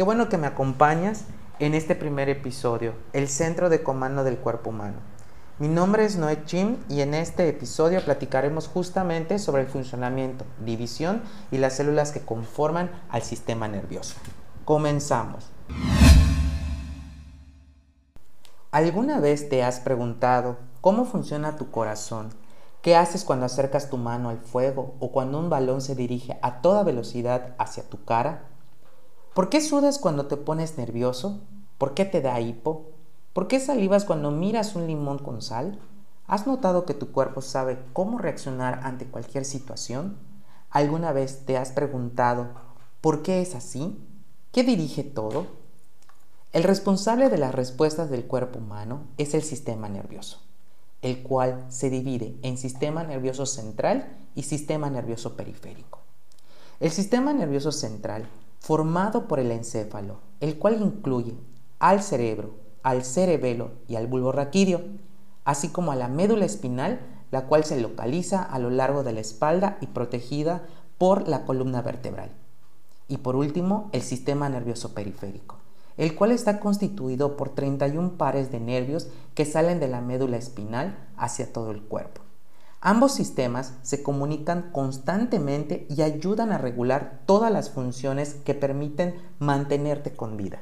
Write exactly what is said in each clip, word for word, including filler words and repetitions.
qué bueno que me acompañas en este primer episodio, el centro de comando del cuerpo humano. Mi nombre es Noé Chim y en este episodio platicaremos justamente sobre el funcionamiento, división y las células que conforman al sistema nervioso. Comenzamos. ¿Alguna vez te has preguntado cómo funciona tu corazón? ¿Qué haces cuando acercas tu mano al fuego o cuando un balón se dirige a toda velocidad hacia tu cara? ¿Por qué sudas cuando te pones nervioso? ¿Por qué te da hipo? ¿Por qué salivas cuando miras un limón con sal? ¿Has notado que tu cuerpo sabe cómo reaccionar ante cualquier situación? ¿Alguna vez te has preguntado por qué es así? ¿Qué dirige todo? El responsable de las respuestas del cuerpo humano es el sistema nervioso, el cual se divide en sistema nervioso central y sistema nervioso periférico. El sistema nervioso central, formado por el encéfalo, el cual incluye al cerebro, al cerebelo y al bulbo raquídeo, así como a la médula espinal, la cual se localiza a lo largo de la espalda y protegida por la columna vertebral. Y por último, el sistema nervioso periférico, el cual está constituido por treinta y un pares de nervios que salen de la médula espinal hacia todo el cuerpo. Ambos sistemas se comunican constantemente y ayudan a regular todas las funciones que permiten mantenerte con vida.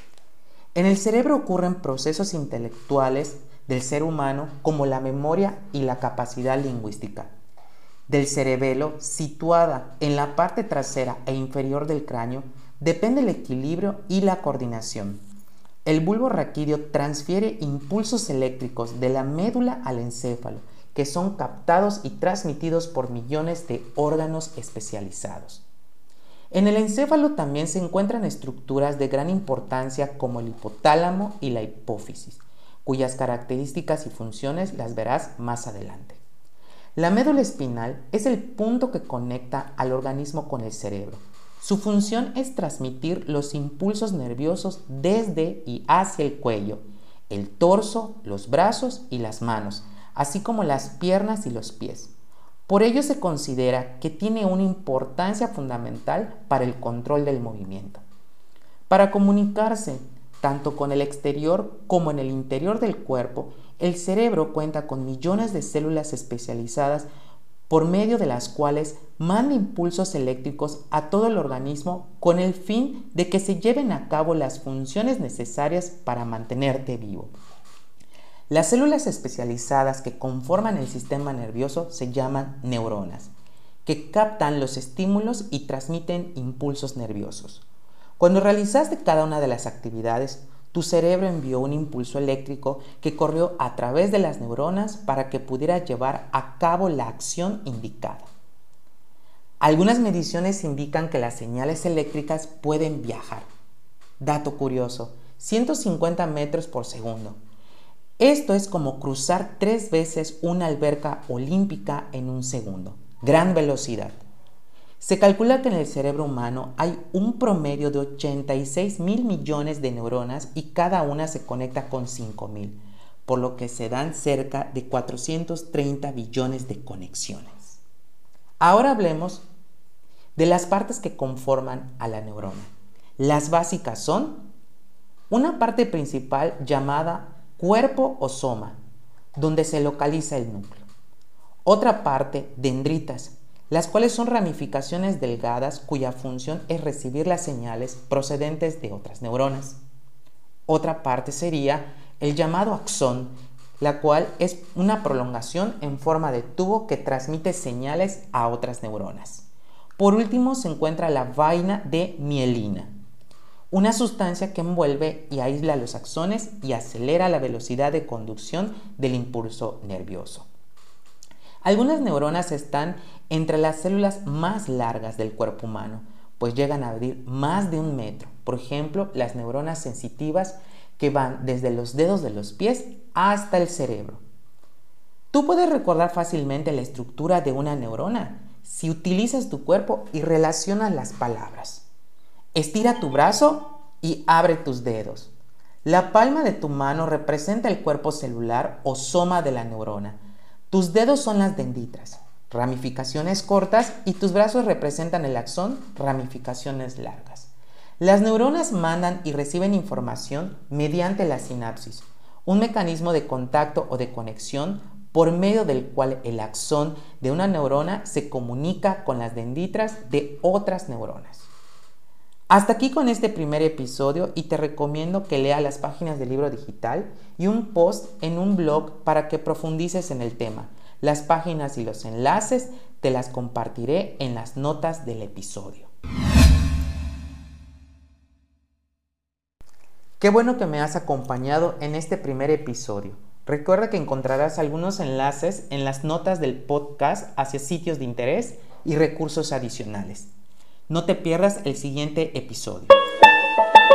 En el cerebro ocurren procesos intelectuales del ser humano como la memoria y la capacidad lingüística. Del cerebelo, situada en la parte trasera e inferior del cráneo, depende el equilibrio y la coordinación. El bulbo raquídeo transfiere impulsos eléctricos de la médula al encéfalo, que son captados y transmitidos por millones de órganos especializados. En el encéfalo también se encuentran estructuras de gran importancia como el hipotálamo y la hipófisis, cuyas características y funciones las verás más adelante. La médula espinal es el punto que conecta al organismo con el cerebro. Su función es transmitir los impulsos nerviosos desde y hacia el cuello, el torso, los brazos y las manos, así como las piernas y los pies. Por ello se considera que tiene una importancia fundamental para el control del movimiento. Para comunicarse tanto con el exterior como en el interior del cuerpo, el cerebro cuenta con millones de células especializadas por medio de las cuales manda impulsos eléctricos a todo el organismo con el fin de que se lleven a cabo las funciones necesarias para mantenerte vivo. Las células especializadas que conforman el sistema nervioso se llaman neuronas, que captan los estímulos y transmiten impulsos nerviosos. Cuando realizaste cada una de las actividades, tu cerebro envió un impulso eléctrico que corrió a través de las neuronas para que pudiera llevar a cabo la acción indicada. Algunas mediciones indican que las señales eléctricas pueden viajar. Dato curioso, ciento cincuenta metros por segundo. Esto es como cruzar tres veces una alberca olímpica en un segundo. Gran velocidad. Se calcula que en el cerebro humano hay un promedio de ochenta y seis mil millones de neuronas y cada una se conecta con cinco mil, por lo que se dan cerca de cuatrocientos treinta billones de conexiones. Ahora hablemos de las partes que conforman a la neurona. Las básicas son una parte principal llamada cuerpo o soma, donde se localiza el núcleo. Otra parte, dendritas, las cuales son ramificaciones delgadas cuya función es recibir las señales procedentes de otras neuronas. Otra parte sería el llamado axón, la cual es una prolongación en forma de tubo que transmite señales a otras neuronas. Por último se encuentra la vaina de mielina, una sustancia que envuelve y aísla los axones y acelera la velocidad de conducción del impulso nervioso. Algunas neuronas están entre las células más largas del cuerpo humano, pues llegan a medir más de un metro. Por ejemplo, las neuronas sensitivas que van desde los dedos de los pies hasta el cerebro. Tú puedes recordar fácilmente la estructura de una neurona si utilizas tu cuerpo y relacionas las palabras. Estira tu brazo y abre tus dedos. La palma de tu mano representa el cuerpo celular o soma de la neurona. Tus dedos son las dendritas, ramificaciones cortas, y tus brazos representan el axón, ramificaciones largas. Las neuronas mandan y reciben información mediante la sinapsis, un mecanismo de contacto o de conexión por medio del cual el axón de una neurona se comunica con las dendritas de otras neuronas. Hasta aquí con este primer episodio y te recomiendo que leas las páginas del libro digital y un post en un blog para que profundices en el tema. Las páginas y los enlaces te las compartiré en las notas del episodio. Qué bueno que me has acompañado en este primer episodio. Recuerda que encontrarás algunos enlaces en las notas del podcast hacia sitios de interés y recursos adicionales. No te pierdas el siguiente episodio.